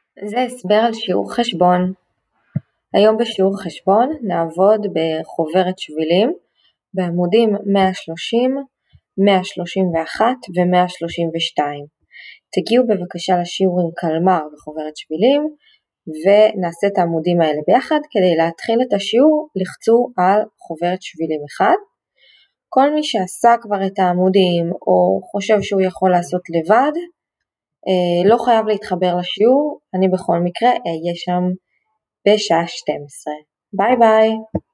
זה הסבר על שיעור חשבון. היום בשיעור חשבון נעבוד בחוברת שבילים בעמודים 130, 131 ו-132. תגיעו בבקשה לשיעור עם קלמר בחוברת שבילים ונעשה את העמודים האלה ביחד. כדי להתחיל את השיעור לחצו על חוברת שבילים 1. כל מי שעשה כבר את העמודים או חושב שהוא יכול לעשות לבד, לא חייב להתחבר לשיעור, אני בכל מקרה אהיה שם בשעה 12. ביי ביי.